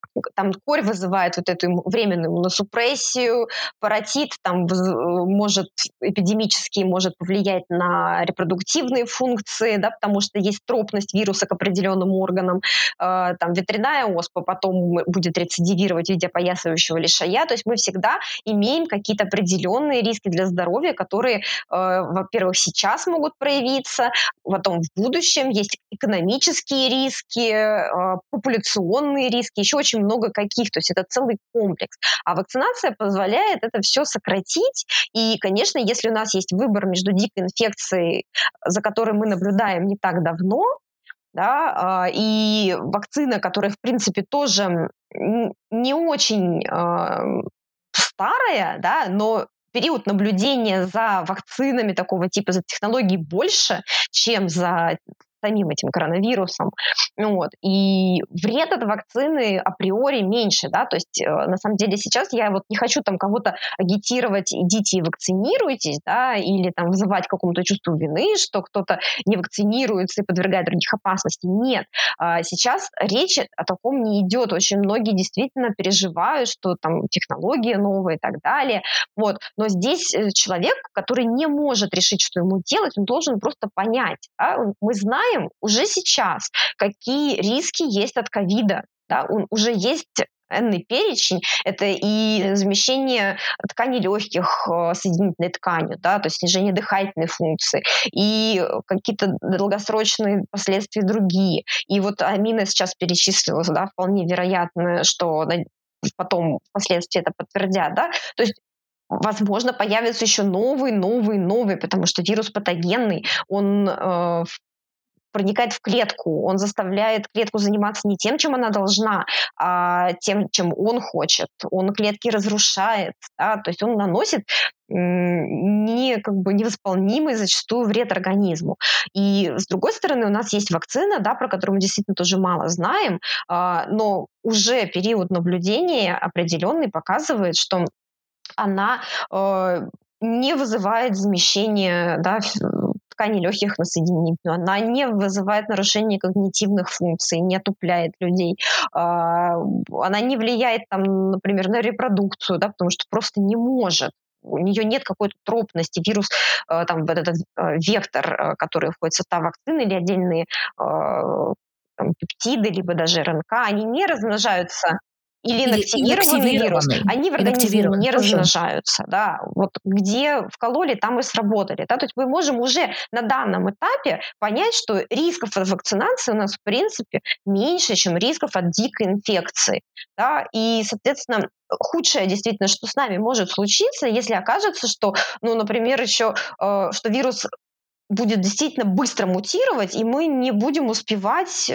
B: там корь вызывает вот эту временную иммуносупрессию, паротит там может эпидемически может повлиять на репродуктивные функции, да, потому что есть тропность вируса к определенным органам, там ветряная оспа потом будет рецидивировать в виде опоясывающего лишая, то есть мы всегда имеем какие-то определенные риски для здоровья, которые, во-первых, сейчас могут проявиться, потом в будущем есть экономические риски, популяционные риски, еще очень много каких, то есть это целый комплекс. А вакцинация позволяет это все сократить, и, конечно, если у нас есть выбор между дикой инфекцией, за которой мы наблюдаем не так давно, да, и вакцина, которая, в принципе, тоже не очень старая, да, но период наблюдения за вакцинами такого типа, за технологией больше, чем за самим этим коронавирусом. Вот. И вред от вакцины априори меньше, да, то есть на самом деле сейчас я вот не хочу там кого-то агитировать, идите и вакцинируйтесь, да, или там вызывать к какому-то чувству вины, что кто-то не вакцинируется и подвергает других опасности. Нет. Сейчас речь о таком не идет. Очень многие действительно переживают, что там технологии новые и так далее. Вот. Но здесь человек, который не может решить, что ему делать, он должен просто понять. Да? Мы знаем уже сейчас, какие риски есть от ковида. Да? Уже есть энный перечень, это и замещение тканей легких соединительной тканью, да, то есть снижение дыхательной функции, и какие-то долгосрочные последствия другие. И вот Амина сейчас перечислила, да, вполне вероятно, что потом впоследствии это подтвердят, да, то есть возможно, появятся еще новые, потому что вирус патогенный, он проникает в клетку, он заставляет клетку заниматься не тем, чем она должна, а тем, чем он хочет. Он клетки разрушает, да, то есть он наносит невосполнимый зачастую вред организму. И с другой стороны, у нас есть вакцина, да, про которую мы действительно тоже мало знаем, но уже период наблюдения определенный показывает, что она не вызывает замещения, да, тканей легких на соединительную, она не вызывает нарушения когнитивных функций, не отупляет людей, она не влияет, там, например, на репродукцию, да, потому что просто не может. У нее нет какой-то тропности, вирус, там, вот этот вектор, который входит в состав вакцины, или отдельные там, пептиды, либо даже РНК, они не размножаются. Или инактивированный вирус, они в организме не размножаются. Да. Вот где вкололи, там и сработали. Да. То есть мы можем уже на данном этапе понять, что рисков от вакцинации у нас в принципе меньше, чем рисков от дикой инфекции. Да. И, соответственно, худшее действительно, что с нами может случиться, если окажется, что, ну, например, еще, что вирус будет действительно быстро мутировать, и мы не будем успевать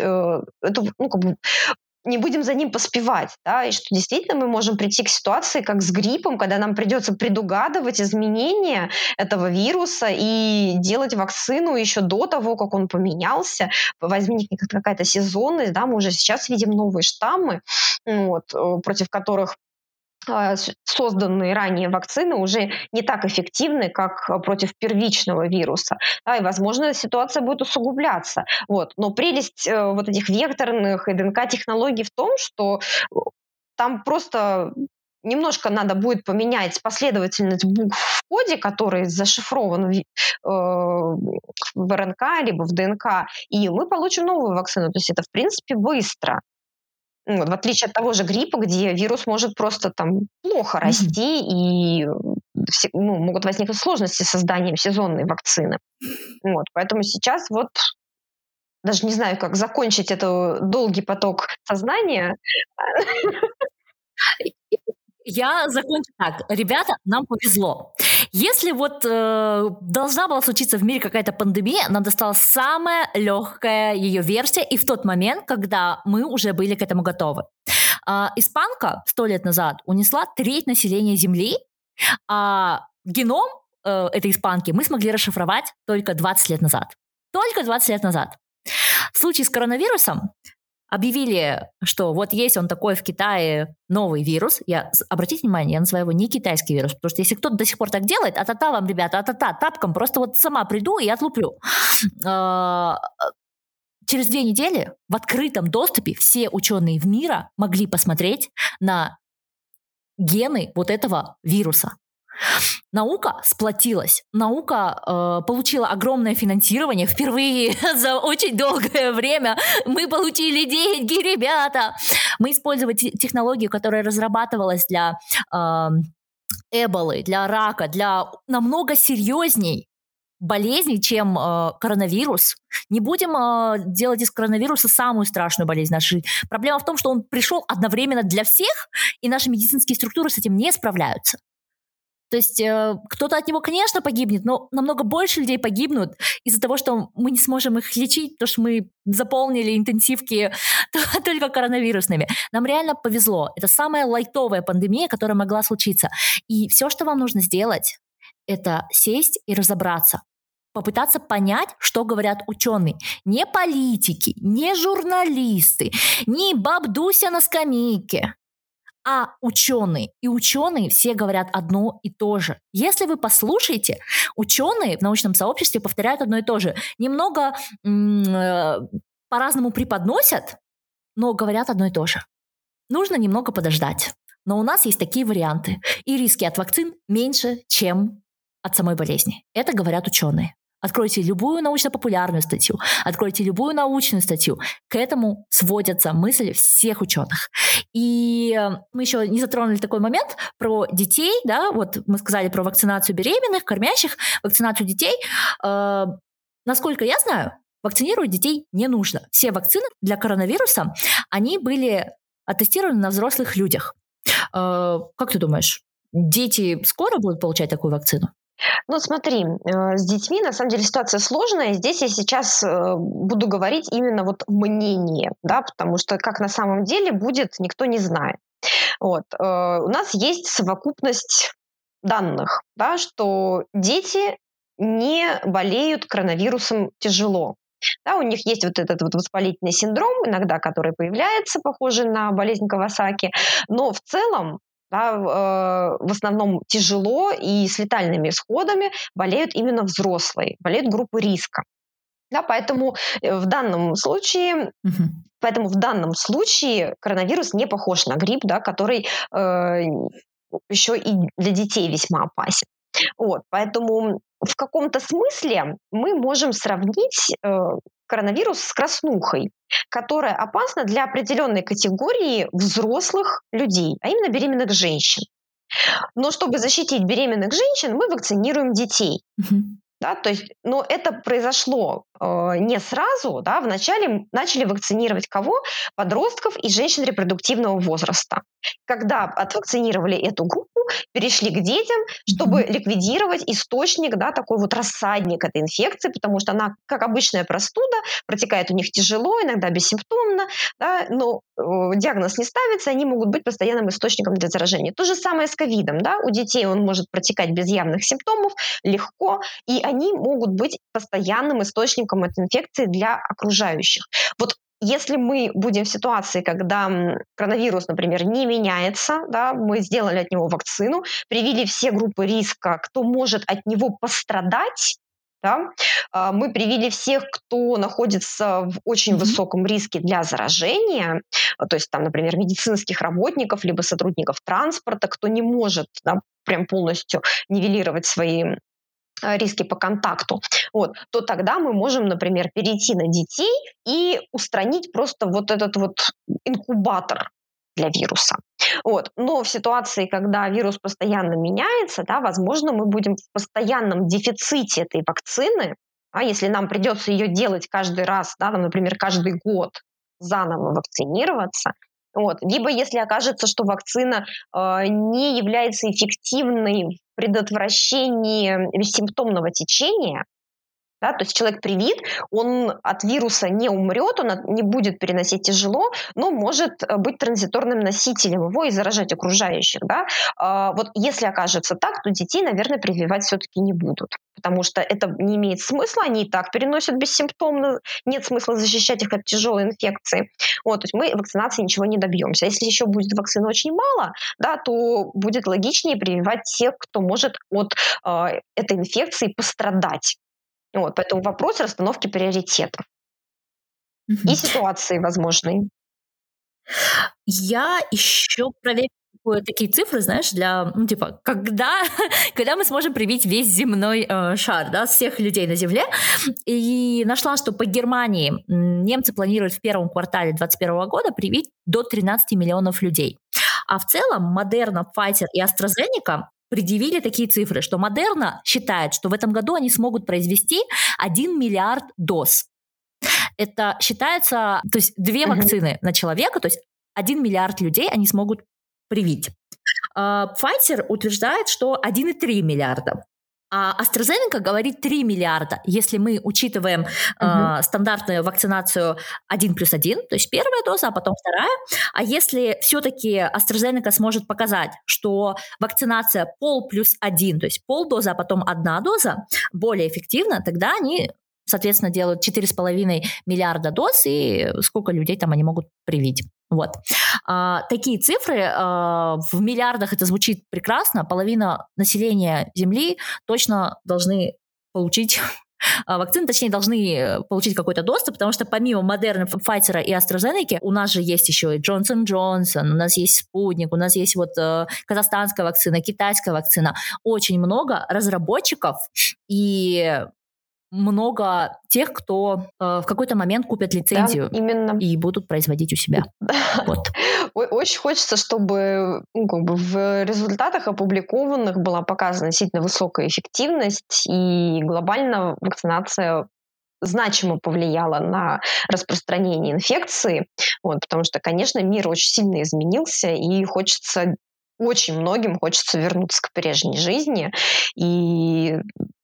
B: не будем за ним поспевать, да, и что действительно мы можем прийти к ситуации, как с гриппом, когда нам придется предугадывать изменения этого вируса и делать вакцину еще до того, как он поменялся, возникнет какая-то сезонность, да, мы уже сейчас видим новые штаммы, вот, против которых созданные ранее вакцины уже не так эффективны, как против первичного вируса. Да, и, возможно, ситуация будет усугубляться. Вот. Но прелесть вот этих векторных и ДНК-технологий в том, что там просто немножко надо будет поменять последовательность букв в коде, который зашифрован в РНК либо в ДНК, и мы получим новую вакцину. То есть это, в принципе, быстро. В отличие от того же гриппа, где вирус может просто там плохо расти, и могут возникнуть сложности с созданием сезонной вакцины. Вот, поэтому сейчас вот даже не знаю, как закончить этот долгий поток сознания.
A: Я закончу так. Ребята, нам повезло. Если вот должна была случиться в мире какая-то пандемия, нам досталась самая легкая ее версия, и в тот момент, когда мы уже были к этому готовы. Испанка 100 лет назад унесла треть населения Земли, а геном этой испанки мы смогли расшифровать только 20 лет назад. Только 20 лет назад. В случае с коронавирусом объявили, что вот есть он такой в Китае новый вирус. Обратите внимание, я называю его не китайский вирус, потому что если кто-то до сих пор так делает, а-та-та вам, ребята, а-та-та, тапком, просто вот сама приду и отлуплю. через 2 недели в открытом доступе все ученые в мире могли посмотреть на гены вот этого вируса. Наука сплотилась, наука получила огромное финансирование впервые за очень долгое время. Мы получили деньги, ребята. Мы использовали технологию, которая разрабатывалась для эболы, для рака, для намного серьезней болезней, чем коронавирус. Не будем делать из коронавируса самую страшную болезнь нашей жизни. Проблема в том, что он пришел одновременно для всех, и наши медицинские структуры с этим не справляются. То есть кто-то от него, конечно, погибнет, но намного больше людей погибнут из-за того, что мы не сможем их лечить, потому что мы заполнили интенсивки только коронавирусными. Нам реально повезло. Это самая лайтовая пандемия, которая могла случиться. И все, что вам нужно сделать, это сесть и разобраться. Попытаться понять, что говорят ученые. Не политики, не журналисты, не бабдуся на скамейке, а ученые. И ученые все говорят одно и то же. Если вы послушаете, ученые в научном сообществе повторяют одно и то же. Немного по-разному преподносят, но говорят одно и то же. Нужно немного подождать. Но у нас есть такие варианты. И риски от вакцин меньше, чем от самой болезни. Это говорят ученые. Откройте любую научно-популярную статью, откройте любую научную статью. К этому сводятся мысли всех ученых. И мы еще не затронули такой момент про детей, да, вот мы сказали про вакцинацию беременных, кормящих, вакцинацию детей. Насколько я знаю, вакцинировать детей не нужно. Все вакцины для коронавируса, они были оттестированы на взрослых людях. Как ты думаешь, дети скоро будут получать такую вакцину?
B: Ну, смотри, с детьми, на самом деле, ситуация сложная. Здесь я сейчас буду говорить именно вот мнение, да, потому что как на самом деле будет, никто не знает. Вот. У нас есть совокупность данных, да, что дети не болеют коронавирусом тяжело. Да, у них есть вот этот вот воспалительный синдром, иногда который появляется, похожий на болезнь Кавасаки, но в целом, да, в основном тяжело и с летальными исходами болеют именно взрослые, болеют группы риска. Да, поэтому в данном случае коронавирус не похож на грипп, да, который еще и для детей весьма опасен. Вот, поэтому в каком-то смысле мы можем сравнить коронавирус с краснухой, которая опасна для определенной категории взрослых людей, а именно беременных женщин. Но чтобы защитить беременных женщин, мы вакцинируем детей. Да, то есть, но это произошло не сразу, да, вначале начали вакцинировать кого? Подростков и женщин репродуктивного возраста. Когда отвакцинировали эту группу, перешли к детям, чтобы ликвидировать источник, да, такой вот рассадник этой инфекции, потому что она, как обычная простуда, протекает у них тяжело, иногда бессимптомно, да, но диагноз не ставится, они могут быть постоянным источником для заражения. То же самое с ковидом, да, у детей он может протекать без явных симптомов, легко, и они могут быть постоянным источником этой инфекции для окружающих. Вот если мы будем в ситуации, когда коронавирус, например, не меняется, да, мы сделали от него вакцину, привили все группы риска, кто может от него пострадать, да, мы привили всех, кто находится в очень высоком риске для заражения, то есть там, например, медицинских работников, либо сотрудников транспорта, кто не может, да, прям полностью нивелировать свои риски по контакту, вот, то тогда мы можем, например, перейти на детей и устранить просто вот этот вот инкубатор для вируса. Вот. Но в ситуации, когда вирус постоянно меняется, да, возможно, мы будем в постоянном дефиците этой вакцины, а если нам придется ее делать каждый раз, да, например, каждый год заново вакцинироваться, вот. Либо если окажется, что вакцина не является эффективной в предотвращении бессимптомного течения, да, то есть человек привит, он от вируса не умрет, он не будет переносить тяжело, но может быть транзиторным носителем его и заражать окружающих. Да? Вот если окажется так, то детей, наверное, прививать все-таки не будут, потому что это не имеет смысла, они и так переносят бессимптомно, нет смысла защищать их от тяжелой инфекции. Вот, то есть мы вакцинации ничего не добьемся. Если еще будет вакцины очень мало, да, то будет логичнее прививать тех, кто может от этой инфекции пострадать. Вот, поэтому вопрос расстановки приоритетов. и ситуации возможной.
A: Я еще проверила такие цифры, знаешь, для, когда мы сможем привить весь земной шар, да, всех людей на Земле, и нашла, что по Германии немцы планируют в первом квартале 2021 года привить до 13 миллионов людей. А в целом Moderna, Pfizer и AstraZeneca предъявили такие цифры, что Moderna считает, что в этом году они смогут произвести 1 миллиард доз. Это считается, то есть 2 вакцины на человека, то есть 1 миллиард людей они смогут привить. Pfizer утверждает, что 1,3 миллиарда. А AstraZeneca говорит 3 миллиарда, если мы учитываем стандартную вакцинацию 1+1, то есть первая доза, а потом вторая. А если все-таки AstraZeneca сможет показать, что вакцинация пол+1, то есть полдозы, а потом одна доза, более эффективна, тогда они, соответственно, делают 4,5 миллиарда доз, и сколько людей там они могут привить. Вот. Такие цифры, в миллиардах это звучит прекрасно, половина населения Земли точно должны получить вакцины, точнее, должны получить какой-то доступ, потому что помимо Moderna, Pfizer и AstraZeneca у нас же есть еще и Johnson & Johnson, у нас есть Спутник, у нас есть казахстанская вакцина, китайская вакцина. Очень много разработчиков и много тех, кто в какой-то момент купят лицензию и будут производить у себя. Вот.
B: Очень хочется, чтобы в результатах опубликованных была показана действительно высокая эффективность, и глобально вакцинация значимо повлияла на распространение инфекции, потому что, конечно, мир очень сильно изменился, и очень многим хочется вернуться к прежней жизни, и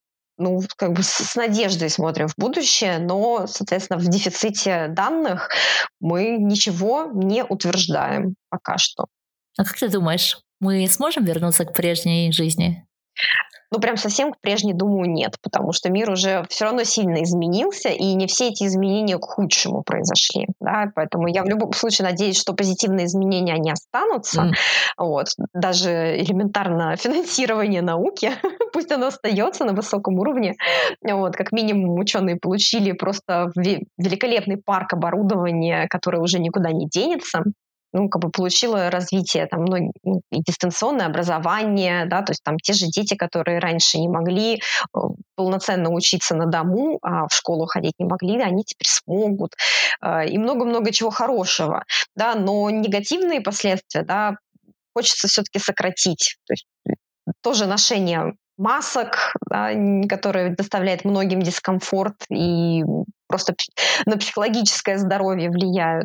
B: с надеждой смотрим в будущее, но, соответственно, в дефиците данных мы ничего не утверждаем пока что.
A: А как ты думаешь, мы сможем вернуться к прежней жизни?
B: Прям совсем к прежней, думаю, нет, потому что мир уже все равно сильно изменился, и не все эти изменения к худшему произошли. Да? Поэтому я в любом случае надеюсь, что позитивные изменения, они останутся. Даже элементарно финансирование науки, пусть оно остается на высоком уровне. Как минимум ученые получили просто великолепный парк оборудования, которое уже никуда не денется. Получило развитие и дистанционное образование, да, то есть там те же дети, которые раньше не могли полноценно учиться на дому, а в школу ходить не могли, они теперь смогут. И много-много чего хорошего, да, но негативные последствия, да, хочется все-таки сократить. То есть тоже ношение масок, да, которые доставляют многим дискомфорт и просто на психологическое здоровье влияют.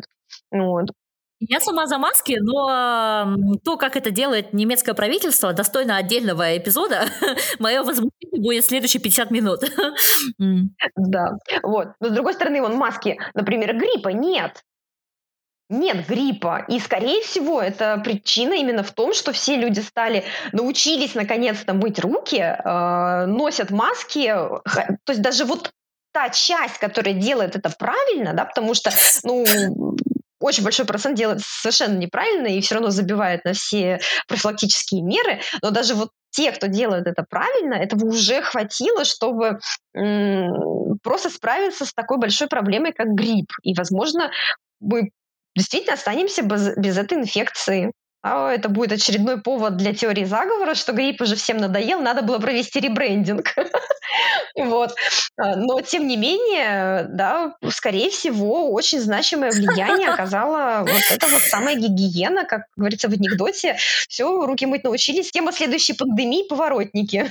A: Я сама за маски, но то, как это делает немецкое правительство, достойно отдельного эпизода. Мое возмущение будет следующие 50 минут.
B: Да, вот. Но с другой стороны, маски, например, гриппа нет. Нет гриппа. И, скорее всего, это причина именно в том, что все люди научились наконец-то мыть руки, носят маски. То есть даже та часть, которая делает это правильно, да, потому что, очень большой процент делает совершенно неправильно и все равно забивает на все профилактические меры, но даже те, кто делает это правильно, этого уже хватило, чтобы просто справиться с такой большой проблемой, как грипп. И, возможно, мы действительно останемся без этой инфекции. Это будет очередной повод для теории заговора, что грипп уже всем надоел, надо было провести ребрендинг. Но, тем не менее, да, скорее всего, очень значимое влияние оказала эта самая гигиена, как говорится в анекдоте. Все, руки мыть научились. Тема следующей пандемии — поворотники.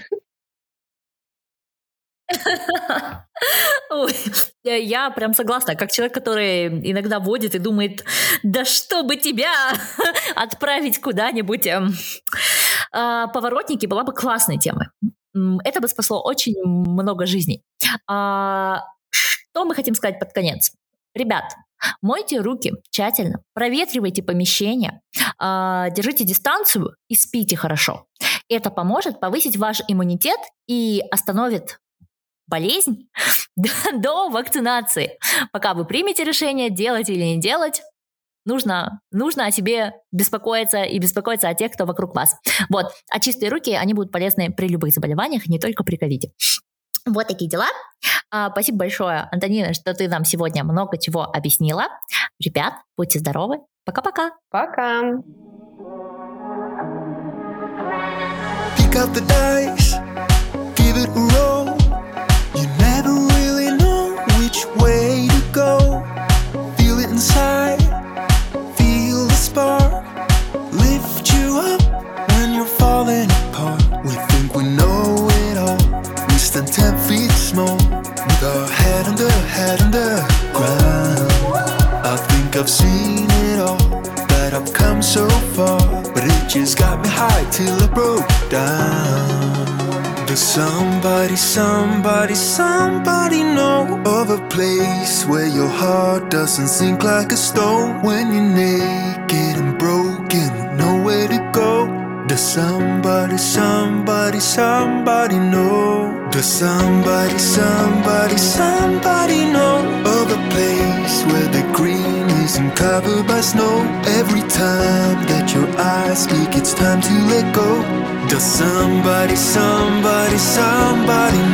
A: Ой, я прям согласна, как человек, который иногда водит и думает, да чтобы тебя отправить куда-нибудь. Поворотники была бы классной темой. Это бы спасло очень много жизней. Что мы хотим сказать под конец? Ребят, мойте руки тщательно, проветривайте помещение, держите дистанцию и спите хорошо. Это поможет повысить ваш иммунитет и остановит болезнь до вакцинации. Пока вы примете решение, делать или не делать, нужно о себе беспокоиться и беспокоиться о тех, кто вокруг вас. Вот. А чистые руки, они будут полезны при любых заболеваниях, не только при ковиде. Вот такие дела. Спасибо большое, Антонина, что ты нам сегодня много чего объяснила. Ребят, будьте здоровы. Пока-пока.
B: Пока.
C: Pick up the dice, give it a roll. You never really know which way to go. Feel it inside, feel the spark. Lift you up when you're falling apart. We think we know it all. We stand 10 feet small, with our head on the ground. I think I've seen it all, that I've come so far, but it just got me high till I broke down. Does somebody know of a place where your heart doesn't sink like a stone? When you're naked and broken, nowhere to go. Does somebody know? Does somebody know of a place where the green isn't covered by snow? Every time that your eyes speak, it's time to let go. Does somebody